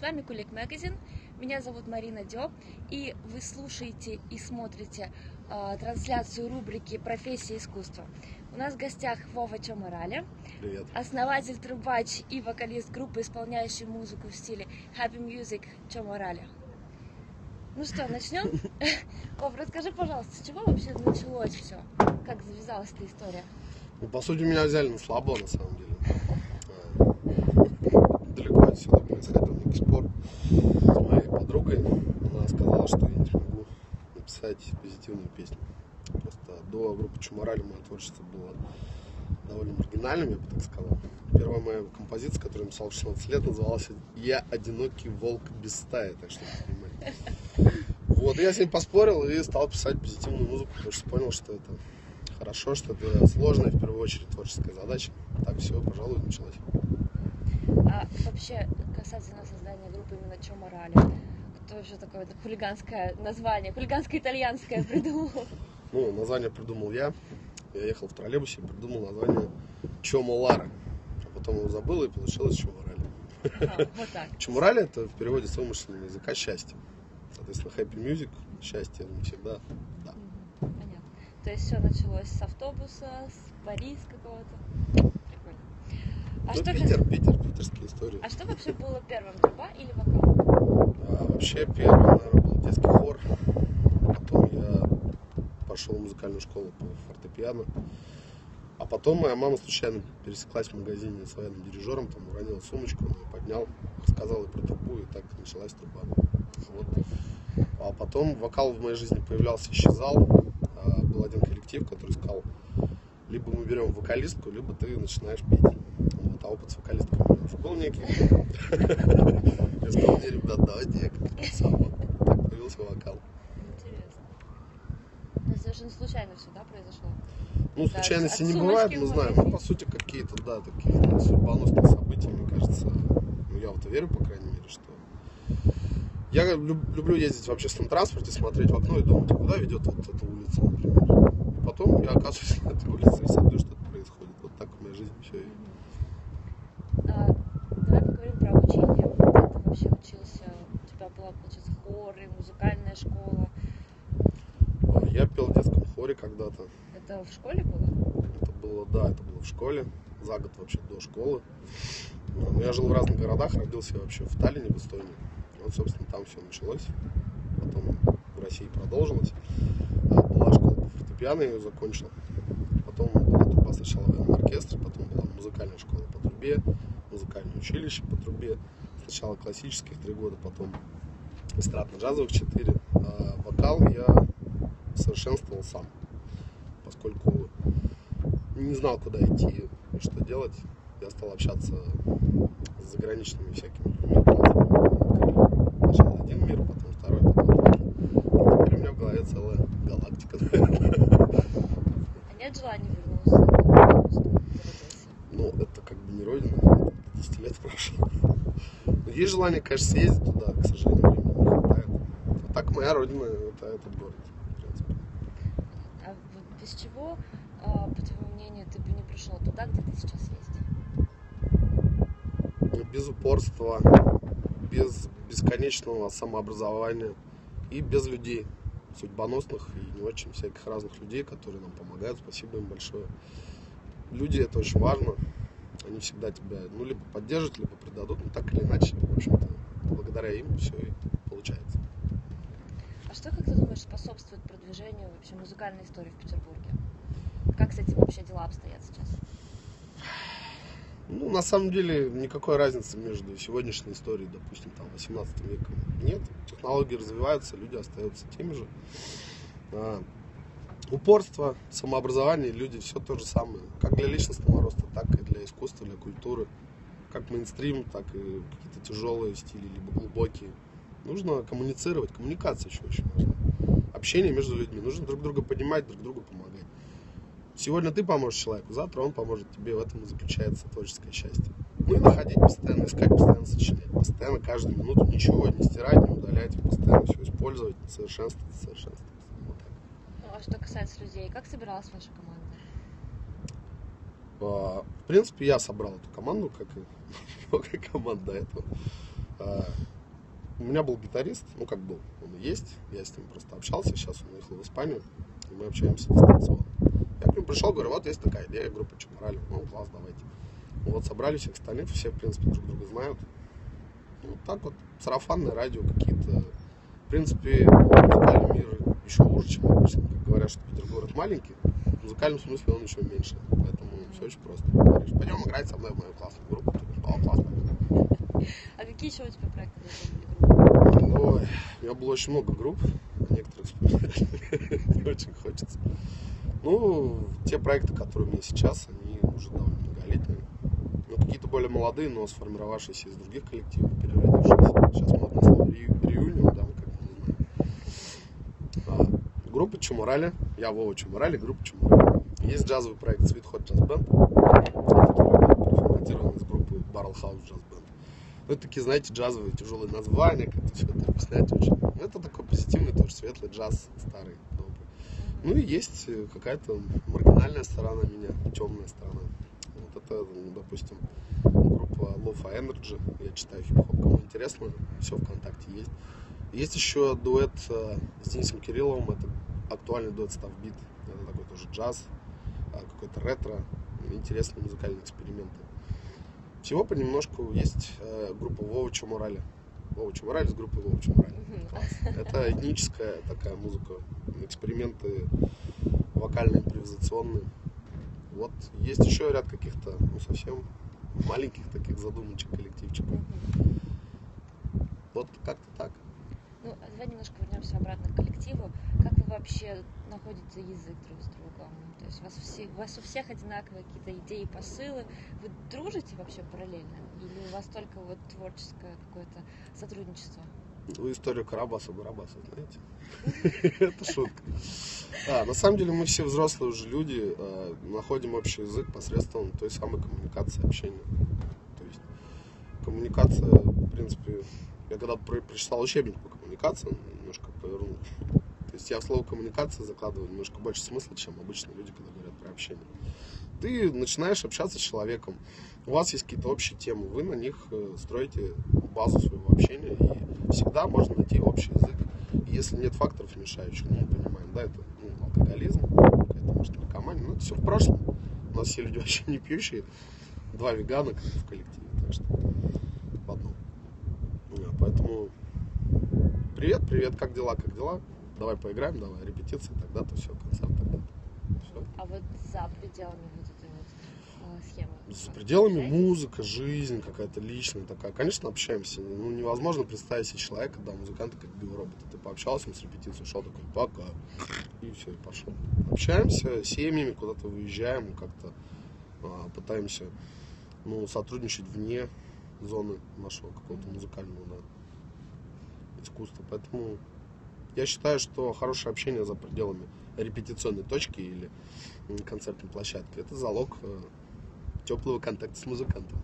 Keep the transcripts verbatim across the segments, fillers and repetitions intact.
вами Kulik Magazine, меня зовут Марина Дёб, и вы слушаете и смотрите э, трансляцию рубрики «Профессия искусства». У нас в гостях Вова Чоморале, Привет. Основатель, трубач и вокалист группы, исполняющий музыку в стиле Happy Music Чоморале. Ну что, начнем? Вов, расскажи, пожалуйста, с чего вообще началось все? Как завязалась эта история? Ну, по сути, меня взяли на слабо, на самом деле. Далеко отсюда происходил некий спор с моей подругой. Она сказала, что я не смогу написать позитивную песню. Просто до группы Чоморале мое творчество было довольно маргинальным, я бы так сказал. Первая моя композиция, которую я написал в шестнадцать лет, называлась «Я одинокий волк без стаи», так что вы понимаете. Вот, я с ней поспорил и стал писать позитивную музыку, потому что понял, что это хорошо, что это сложная, в первую очередь, творческая задача. Так все, пожалуй, началось. А вообще, касательно создания группы именно Чоморале, кто вообще такое это хулиганское название, хулиганско-итальянское придумал? Ну, название придумал я. Я ехал в троллейбусе и придумал название Чомолара. А потом его забыл, и получилось Чоморале. Ага, вот так. Чоморале — это в переводе с вымышленного языка счастье. Соответственно, happy music, счастье навсегда, да. Понятно. То есть все началось с автобуса, с Париж какого-то. Прикольно. А ну, что Питер, же... Питер, питерские истории. А что вообще было первым, труба или вокал? А, вообще, первым, наверное, был детский хор. Потом я пошел в музыкальную школу по фортепиано. А потом моя мама случайно пересеклась в магазине с военным дирижером, там уронила сумочку, он ее поднял, рассказал ей про трубу, и так началась труба. Вот. А потом вокал в моей жизни появлялся, исчезал. А, был один коллектив, который сказал: либо мы берем вокалистку, либо ты начинаешь петь. Вот. А опыт с вокалисткой у меня уже был некий. Я сказал: не, ребят, давайте я как-то сам. Так появился вокал. Интересно. Это совершенно случайно все, да, произошло? Ну, случайности от не сумочки бывает, в мы знаем. магазин. Ну, по сути, какие-то, да, такие судьбоносные события, мне кажется. Ну, я в это верю, по крайней мере, что... Я люб- люблю ездить в общественном транспорте, смотреть в окно и думать, куда ведет вот эта улица, например. И потом я оказываюсь на этой улице и смотрю, что-то происходит. Вот так в моей жизни все. А, давай поговорим про обучение. Где ты вообще учился? У тебя была, получается, хор и музыкальная школа. Я пел в детском хоре когда-то. Это в школе было? Это было, да, это было в школе. За год вообще до школы. Но я жил в разных городах, родился вообще в Таллине, в Эстонии. Вот, собственно, там все началось. Потом в России продолжилось. Была школа по фортепиано, я ее закончил. Потом была труба сначала в военном оркестре, потом была музыкальная школа по трубе, музыкальное училище по трубе. Сначала классических три года, потом эстрадно-джазовых четыре. А вокал я совершенствовал сам, поскольку не знал, куда идти и что делать. Я стал общаться с заграничными всякими людьми. Сначала один мир, потом второй, потом третий. И теперь у меня в голове целая галактика. А нет желания вернуться на родину? Ну, это как бы не родина, десять лет прошло. Но есть желание, конечно, съездить туда, к сожалению, времени не хватает. А так моя родина — это этот город, в принципе. А вот без чего, а, по твоему мнению, ты бы не пришел туда, где ты сейчас есть? Без упорства, без бесконечного самообразования и без людей судьбоносных и не очень всяких разных людей, которые нам помогают. Спасибо им большое. Люди — это очень важно. Они всегда тебя, ну, либо поддержат, либо предадут, но так или иначе, в общем-то, благодаря им все и получается. А что, как ты думаешь, способствует продвижению вообще музыкальной истории в Петербурге? Как с этим вообще дела обстоят сейчас? Ну, на самом деле, никакой разницы между сегодняшней историей, допустим, там, восемнадцатым веком нет. Технологии развиваются, люди остаются теми же. А, упорство, самообразование, люди все то же самое. Как для личностного роста, так и для искусства, для культуры. Как мейнстрим, так и какие-то тяжелые стили, либо глубокие. Нужно коммуницировать, коммуникация еще очень важна. Общение между людьми. Нужно друг друга понимать, друг другу помогать. Сегодня ты поможешь человеку, завтра он поможет тебе. В этом и заключается творческое счастье. Ну и находить постоянно, искать, постоянно сочинять. Постоянно, каждую минуту ничего не стирать, не удалять. Постоянно все использовать, совершенствовать, совершенствовать. Вот так. Ну, а что касается людей, как собиралась ваша команда? А, в принципе, я собрал эту команду, как и много команд до этого. А, меня был гитарист, ну как был, он и есть, я с ним просто общался, сейчас он уехал в Испанию, и мы общаемся дистанционно. Я к нему пришел, говорю, вот есть такая идея, группа Чеморали, ну класс, давайте. Вот собрали всех остальных, все, в принципе, друг друга знают. Вот так вот, сарафанное радио какие-то. В принципе, музыкальный мир еще хуже, чем обычно. Как говорят, что Питер город маленький, в музыкальном смысле он еще меньше. Поэтому все очень просто. Говоришь, пойдем играть со мной в мою классную группу. О, классно. А какие еще у тебя проекты были группы? Ой, у меня было очень много групп, некоторых вспоминать не очень хочется. Ну, те проекты, которые у меня сейчас, они уже довольно многолетние. Ну, какие-то более молодые, но сформировавшиеся из других коллективов, переродившиеся. Сейчас модное слово реюнион, да, мы как не знаем. А, группа Чеморали, я Вова Чеморали, группа Чеморали. Есть джазовый проект Sweet Hot Jazz Band, который был переформатирован из группы Barrel House Jazz Band. Ну, это такие, знаете, джазовые тяжелые названия, как-то все это объяснять очень. Это такой позитивный, тоже светлый джаз, старый, добрый. Ну и есть какая-то маргинальная сторона меня, темная сторона. Вот это, ну, допустим, группа Lofa Energy. Я читаю хип-хоп, кому интересно, все ВКонтакте есть. Есть еще дуэт с Денисом Кирилловым, это актуальный дуэт Ставбит. Это такой тоже джаз, какой-то ретро, интересные музыкальные эксперименты. Всего понемножку есть группа Вова Чеморали. Вова Чеморали с группой Вова Чеморали. Это этническая такая музыка, эксперименты вокально-импровизационные. Вот есть еще ряд каких-то, ну, совсем маленьких таких задумочек, коллективчиков. Вот как-то так. Ну, давай немножко вернемся обратно к коллективу. Как вы вообще находите язык друг с другом? То есть у вас, все, у вас у всех одинаковые какие-то идеи, посылы. Вы дружите вообще параллельно? Или у вас только вот творческое какое-то сотрудничество? Вы историю Карабаса-Барабаса знаете? Это шутка. А, на самом деле мы все взрослые уже люди, э, находим общий язык посредством той самой коммуникации, общения. То есть коммуникация, в принципе, я когда прочитал учебник по коммуникации, немножко повернул. То есть я в слово коммуникация закладываю немножко больше смысла, чем обычные люди, когда говорят про общение. Ты начинаешь общаться с человеком, у вас есть какие-то общие темы, вы на них строите базу своего общения, и всегда можно найти общий язык. И если нет факторов мешающих, ну, мы понимаем, да, это ну, алкоголизм, это может наркомания, но это все в прошлом. У нас все люди вообще не пьющие, два вегана как в коллективе, так что в одном. Поэтому привет, привет, как дела, как дела? Давай поиграем, давай репетиции, тогда-то все, концерт, тогда-то. Все. А вот за пределами вот этой вот э, схемы? За пределами музыка, жизнь какая-то личная такая. Конечно, общаемся. Ну, невозможно представить себе человека, да, музыканта как биоробота. Ты пообщался, он с репетиции ушел, такой, пока. И все, и пошел. Общаемся, семьями куда-то выезжаем, как-то а, пытаемся, ну, сотрудничать вне зоны нашего какого-то музыкального, да, искусства. Поэтому я считаю, что хорошее общение за пределами репетиционной точки или концертной площадки — это залог э, теплого контакта с музыкантом.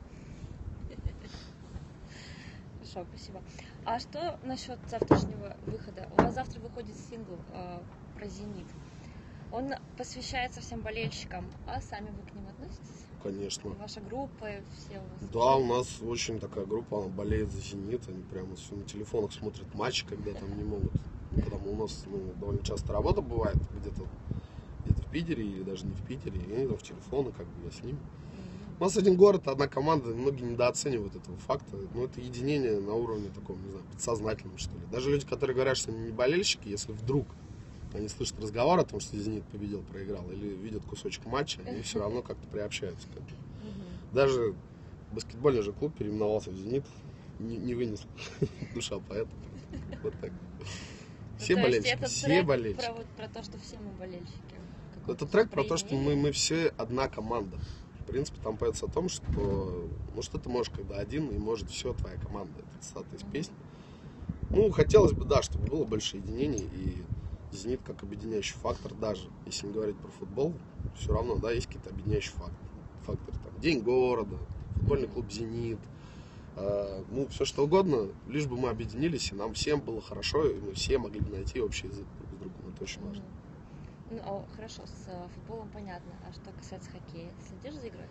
Хорошо, спасибо. А что насчет завтрашнего выхода? У вас завтра выходит сингл э, про «Зенит». Он посвящается всем болельщикам, а сами вы к ним относитесь? Конечно. И ваша группа, и все у вас? Да, у нас очень такая группа, она болеет за «Зенит», они прямо все на телефонах смотрят матчи, когда там не могут. Когда мы, у нас ну, довольно часто работа бывает где-то где-то в Питере или даже не в Питере, и они там в телефоны, как бы я с ними. У нас один город, одна команда, многие недооценивают этого факта. Но это единение на уровне таком, не знаю, подсознательном, что ли. Даже люди, которые говорят, что они не болельщики, если вдруг они слышат разговор о том, что «Зенит» победил, проиграл, или видят кусочек матча, они все равно как-то приобщаются к этому. Даже баскетбольный же клуб переименовался в «Зенит», не, не вынес душа поэта. Вот так. Все ну, болельщики, это все трек болельщики. Про, вот, про то, что все мы болельщики. Это трек про то, что мы, мы все одна команда. В принципе, там поется о том, что ну что ты можешь, когда один, и может все твоя команда. Это цитата из песни. Ну, хотелось бы, да, чтобы было больше единений, и «Зенит» как объединяющий фактор, даже если не говорить про футбол, все равно, да, есть какие-то объединяющие факторы. факторы там, День города, футбольный клуб «Зенит», э, ну, все что угодно, лишь бы мы объединились, и нам всем было хорошо, и мы все могли бы найти общий язык друг с другом. Это очень важно. Ну, о, хорошо, с э, футболом понятно. А что касается хоккея, следишь за игрой?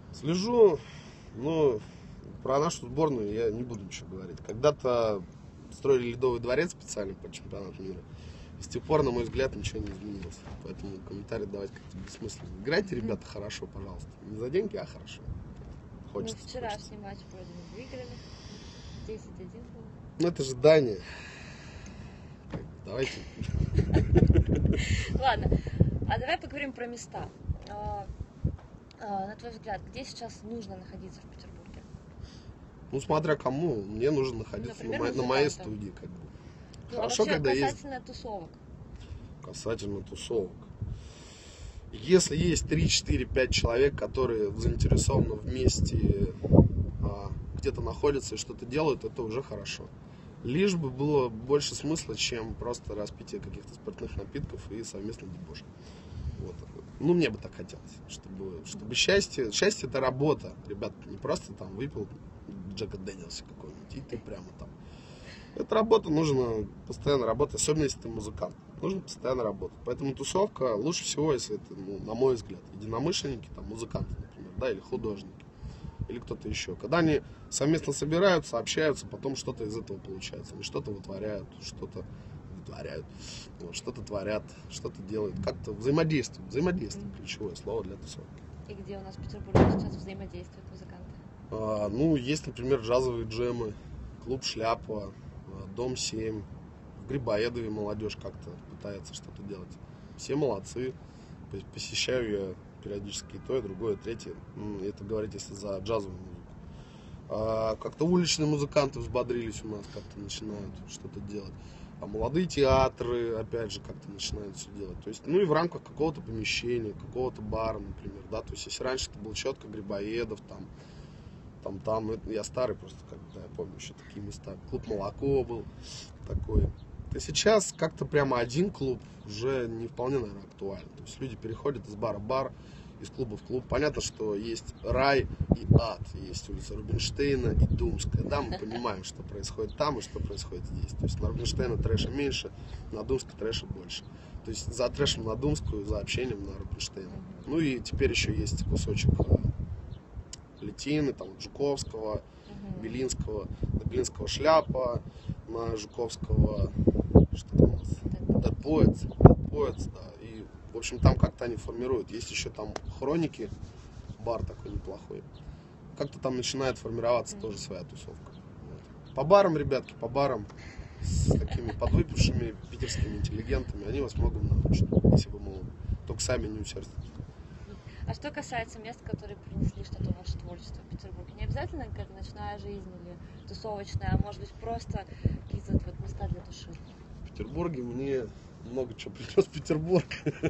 Слежу, но про нашу сборную я не буду ничего говорить. Когда-то строили ледовый дворец специально под чемпионат мира. С тех пор, на мой взгляд, ничего не изменилось. Поэтому комментарии давать как-то бессмысленно. Играйте, ребята, хорошо, пожалуйста. Не за деньги, а хорошо. Хочется. Ну, вчерашний хочется. матч вроде бы выиграли. десять один был. Ну, это же Дания. Давайте. Ладно, а давай поговорим про места. А, а, на твой взгляд, где сейчас нужно находиться в Петербурге? Ну, смотря кому, мне нужно находиться Например, на, моей, на моей музыкантам. студии. Как бы. Ну, Хорошо, а вообще когда есть касательно тусовок. касательно тусовок. Если есть три, четыре, пять человек, которые заинтересованы вместе, а, где-то находятся и что-то делают, это уже хорошо. Лишь бы было больше смысла, чем просто распитие каких-то спиртных напитков и совместный дебош. Вот. Ну, мне бы так хотелось, чтобы, чтобы счастье, счастье это работа, ребят, не просто там выпил Джека Дэниелса какой-нибудь, и ты прямо там. Это работа, нужно постоянно работать, особенно если ты музыкант. Нужно постоянно работать. Поэтому тусовка лучше всего, если это, ну, на мой взгляд, единомышленники, там, музыканты, например, да, или художники, или кто-то еще. Когда они совместно собираются, общаются, потом что-то из этого получается. Они что-то вытворяют, что-то вытворяют, вот, что-то творят, что-то делают. Как-то взаимодействуют. Взаимодействие – ключевое слово для тусовки. И где у нас в Петербурге сейчас взаимодействуют музыканты? А, ну, есть, например, джазовые джемы, клуб «Шляпа», Дом семь. В Грибоедове молодежь как-то пытается что-то делать. Все молодцы. Посещаю я периодически и то, и другое, и третье. Это говорить, если за джазовую музыку. А как-то уличные музыканты взбодрились у нас, как-то начинают что-то делать. А молодые театры, опять же, как-то начинают все делать. То есть, ну и в рамках какого-то помещения, какого-то бара, например, да. То есть, если раньше это был четко Грибоедов, там, Там, там, я старый просто, когда я помню еще такие места. Клуб «Молоко» был такой. То сейчас как-то прямо один клуб уже не вполне, наверное, актуально. То есть люди переходят из бара в бар, из клуба в клуб. Понятно, что есть рай и ад. Есть улица Рубинштейна и Думская. Да, мы понимаем, что происходит там и что происходит здесь. То есть на Рубинштейна трэша меньше, на Думской трэша больше. То есть за трэшем на Думскую, за общением на Рубинштейна. Ну и теперь еще есть кусочек Литины, там, Жуковского, uh-huh. Белинского, на Белинского «Шляпа», на Жуковского, что там у нас, Dead Poets, Dead Poets, да, и, в общем, там как-то они формируют. Есть еще там «Хроники», бар такой неплохой. Как-то там начинает формироваться uh-huh. тоже своя тусовка. Вот. По барам, ребятки, по барам, с такими подвыпившими питерскими интеллигентами, они вас многому научат, если вы, мол, только сами не усердствуете. А что касается мест, которые принесли что-то в ваше творчество в Петербурге, не обязательно какая-то ночная жизнь или тусовочная, а может быть просто какие-то вот места для души? В Петербурге мне много чего принес Петербург.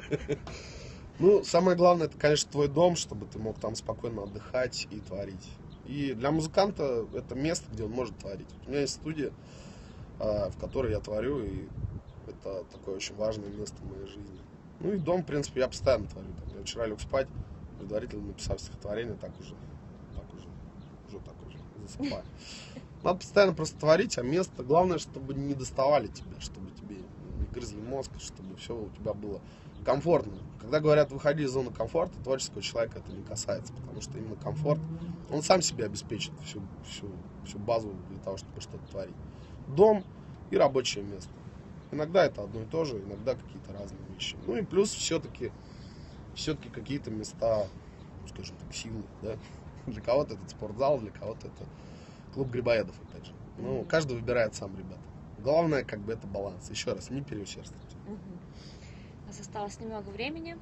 Ну, самое главное, это, конечно, твой дом, чтобы ты мог там спокойно отдыхать и творить. И для музыканта это место, где он может творить. У меня есть студия, в которой я творю, и это такое очень важное место в моей жизни. Ну и дом, в принципе, я постоянно творю. Там, я вчера лег спать, предварительно написав стихотворение, так уже, так уже, уже так уже засыпаю. Надо постоянно просто творить, а место, главное, чтобы не доставали тебя, чтобы тебе не грызли мозг, чтобы все у тебя было комфортно. Когда говорят, выходи из зоны комфорта, творческого человека это не касается, потому что именно комфорт, он сам себе обеспечит всю, всю, всю базу для того, чтобы что-то творить. Дом и рабочее место. Иногда это одно и то же, иногда какие-то разные вещи. Ну и плюс все-таки все-таки какие-то места, скажем так, силы, да. Для кого-то это спортзал, для кого-то это клуб Грибоедов, опять же. Ну, mm-hmm. каждый выбирает сам, ребята. Главное, как бы, это баланс. Еще раз, не переусердствуйте. Mm-hmm. У нас осталось немного времени,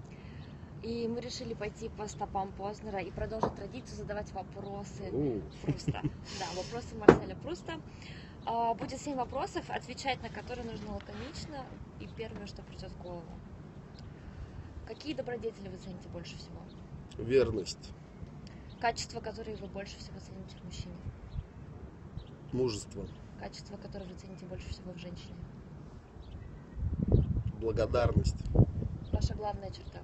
и мы решили пойти по стопам Познера и продолжить традицию задавать вопросы Uh. Пруста. Да, вопросы Марселя Пруста. Будет семь вопросов, отвечать на которые нужно лаконично и первое, что придет в голову. Какие добродетели вы цените больше всего? Верность. Качества, которые вы больше всего цените в мужчине? Мужество. Качества, которые вы цените больше всего в женщине? Благодарность. Ваша главная черта?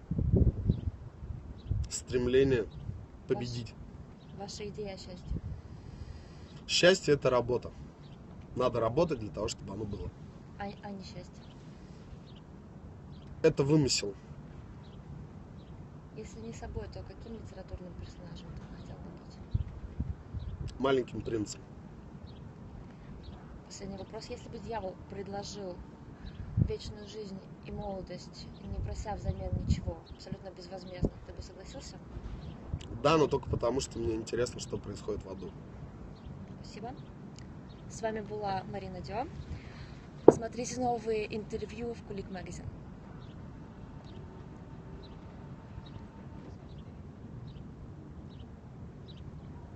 Стремление победить. Ваша, ваша идея о счастье? Счастье – это работа. Надо работать для того, чтобы оно было. А, а не счастье? Это вымысел. Если не собой, то каким литературным персонажем ты хотел бы быть? Маленьким принцем. последний вопрос. Если бы дьявол предложил вечную жизнь и молодость, не прося взамен ничего, абсолютно безвозмездно, ты бы согласился? Да, но только потому, что мне интересно, что происходит в аду. Спасибо. С вами была Марина Дё. Смотрите новые интервью в Кулик Магазин.